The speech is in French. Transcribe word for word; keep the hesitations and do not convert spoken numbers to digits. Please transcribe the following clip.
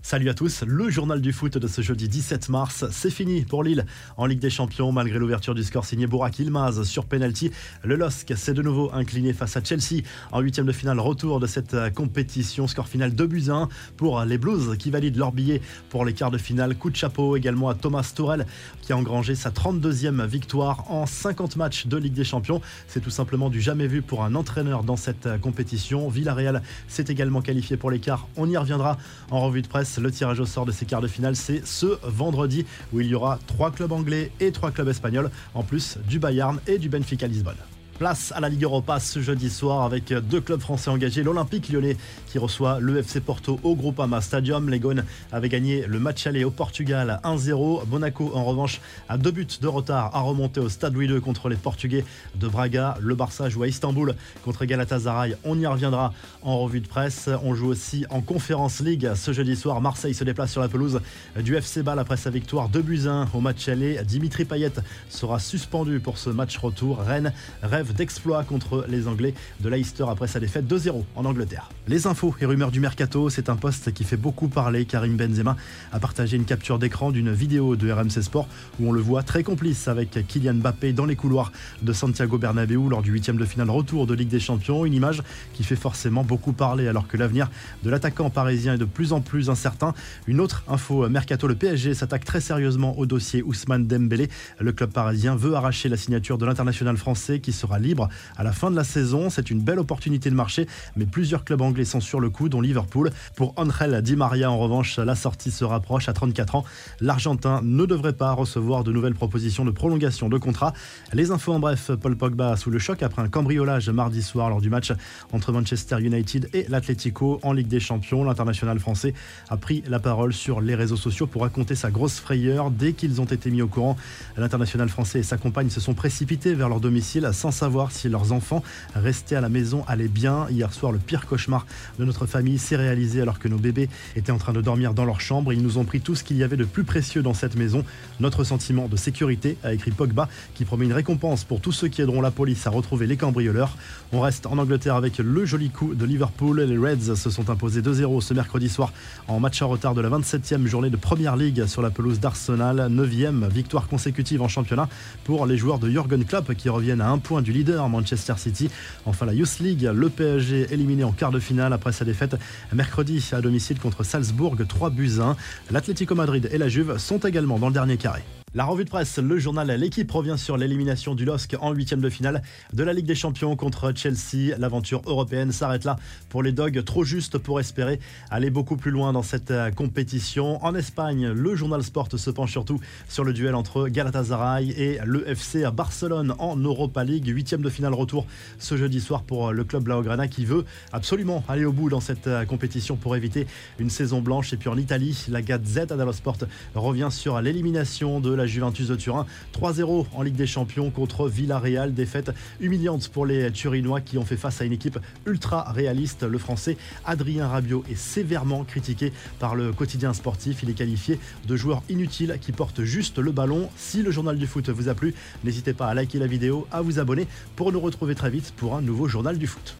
Salut à tous, le journal du foot de ce jeudi dix-sept mars, c'est fini pour Lille en Ligue des Champions malgré l'ouverture du score signé Burak Yılmaz sur penalty. Le L O S C s'est de nouveau incliné face à Chelsea en huitième de finale, retour de cette compétition, score final deux buts à un pour les Blues qui valident leur billet pour les quarts de finale. Coup de chapeau également à Thomas Tuchel qui a engrangé sa trente-deuxième victoire en cinquante matchs de Ligue des Champions. C'est tout simplement du jamais vu pour un entraîneur dans cette compétition. Villarreal s'est également qualifié pour les quarts, on y reviendra en revue de presse. Le tirage au sort de ces quarts de finale, c'est ce vendredi où il y aura trois clubs anglais et trois clubs espagnols, en plus du Bayern et du Benfica Lisbonne. Place à la Ligue Europa ce jeudi soir avec deux clubs français engagés. L'Olympique lyonnais qui reçoit le F C Porto au Groupama Stadium. Les Gones avaient gagné le match aller au Portugal un zéro. Monaco en revanche a deux buts de retard à remonter au Stade Louis deux contre les Portugais de Braga. Le Barça joue à Istanbul contre Galatasaray. On y reviendra en revue de presse. On joue aussi en Conference League ce jeudi soir. Marseille se déplace sur la pelouse du F C Bâle après sa victoire deux buts à un au match aller. Dimitri Payet sera suspendu pour ce match retour. Rennes rêve d'exploit contre les Anglais de Leicester après sa défaite deux zéro en Angleterre. Les infos et rumeurs du mercato, c'est un poste qui fait beaucoup parler. Karim Benzema a partagé une capture d'écran d'une vidéo de R M C Sport où on le voit très complice avec Kylian Mbappé dans les couloirs de Santiago Bernabéu lors du huitième de finale retour de Ligue des Champions. Une image qui fait forcément beaucoup parler alors que l'avenir de l'attaquant parisien est de plus en plus incertain. Une autre info mercato, le P S G s'attaque très sérieusement au dossier Ousmane Dembélé. Le club parisien veut arracher la signature de l'international français qui sera libre à la fin de la saison. C'est une belle opportunité de marché, mais plusieurs clubs anglais sont sur le coup, dont Liverpool. Pour Angel Di Maria, en revanche, la sortie se rapproche à trente-quatre ans. L'Argentin ne devrait pas recevoir de nouvelles propositions de prolongation de contrat. Les infos en bref, Paul Pogba sous le choc après un cambriolage mardi soir lors du match entre Manchester United et l'Atlético en Ligue des Champions. L'international français a pris la parole sur les réseaux sociaux pour raconter sa grosse frayeur. Dès qu'ils ont été mis au courant, l'international français et sa compagne se sont précipités vers leur domicile sans savoir si leurs enfants restés à la maison allaient bien. Hier soir, le pire cauchemar de notre famille s'est réalisé alors que nos bébés étaient en train de dormir dans leur chambre. Ils nous ont pris tout ce qu'il y avait de plus précieux dans cette maison. Notre sentiment de sécurité, a écrit Pogba, qui promet une récompense pour tous ceux qui aideront la police à retrouver les cambrioleurs. On reste en Angleterre avec le joli coup de Liverpool. Les Reds se sont imposés deux zéro ce mercredi soir en match en retard de la vingt-septième journée de Premier League sur la pelouse d'Arsenal. neuvième victoire consécutive en championnat pour les joueurs de Jürgen Klopp qui reviennent à un point du leader Manchester City. Enfin, la Youth League, le P S G éliminé en quart de finale après sa défaite mercredi à domicile contre Salzbourg, trois buts à un. L'Atlético Madrid et la Juve sont également dans le dernier carré. La revue de presse, le journal L'équipe revient sur l'élimination du L O S C en huitième de finale de la Ligue des Champions contre Chelsea. L'aventure européenne s'arrête là pour les Dogs, trop juste pour espérer aller beaucoup plus loin dans cette compétition. En Espagne, le journal Sport se penche surtout sur le duel entre Galatasaray et le F C Barcelone en Europa League. Huitième de finale retour ce jeudi soir pour le club Blaugrana qui veut absolument aller au bout dans cette compétition pour éviter une saison blanche. Et puis en Italie, la Gazzetta dello Sport revient sur l'élimination de la Juventus de Turin, trois zéro en Ligue des Champions contre Villarreal. Défaite humiliante pour les Turinois qui ont fait face à une équipe ultra réaliste. Le Français Adrien Rabiot est sévèrement critiqué par le quotidien sportif. Il est qualifié de joueur inutile qui porte juste le ballon. Si le journal du foot vous a plu, n'hésitez pas à liker la vidéo, à vous abonner pour nous retrouver très vite pour un nouveau journal du foot.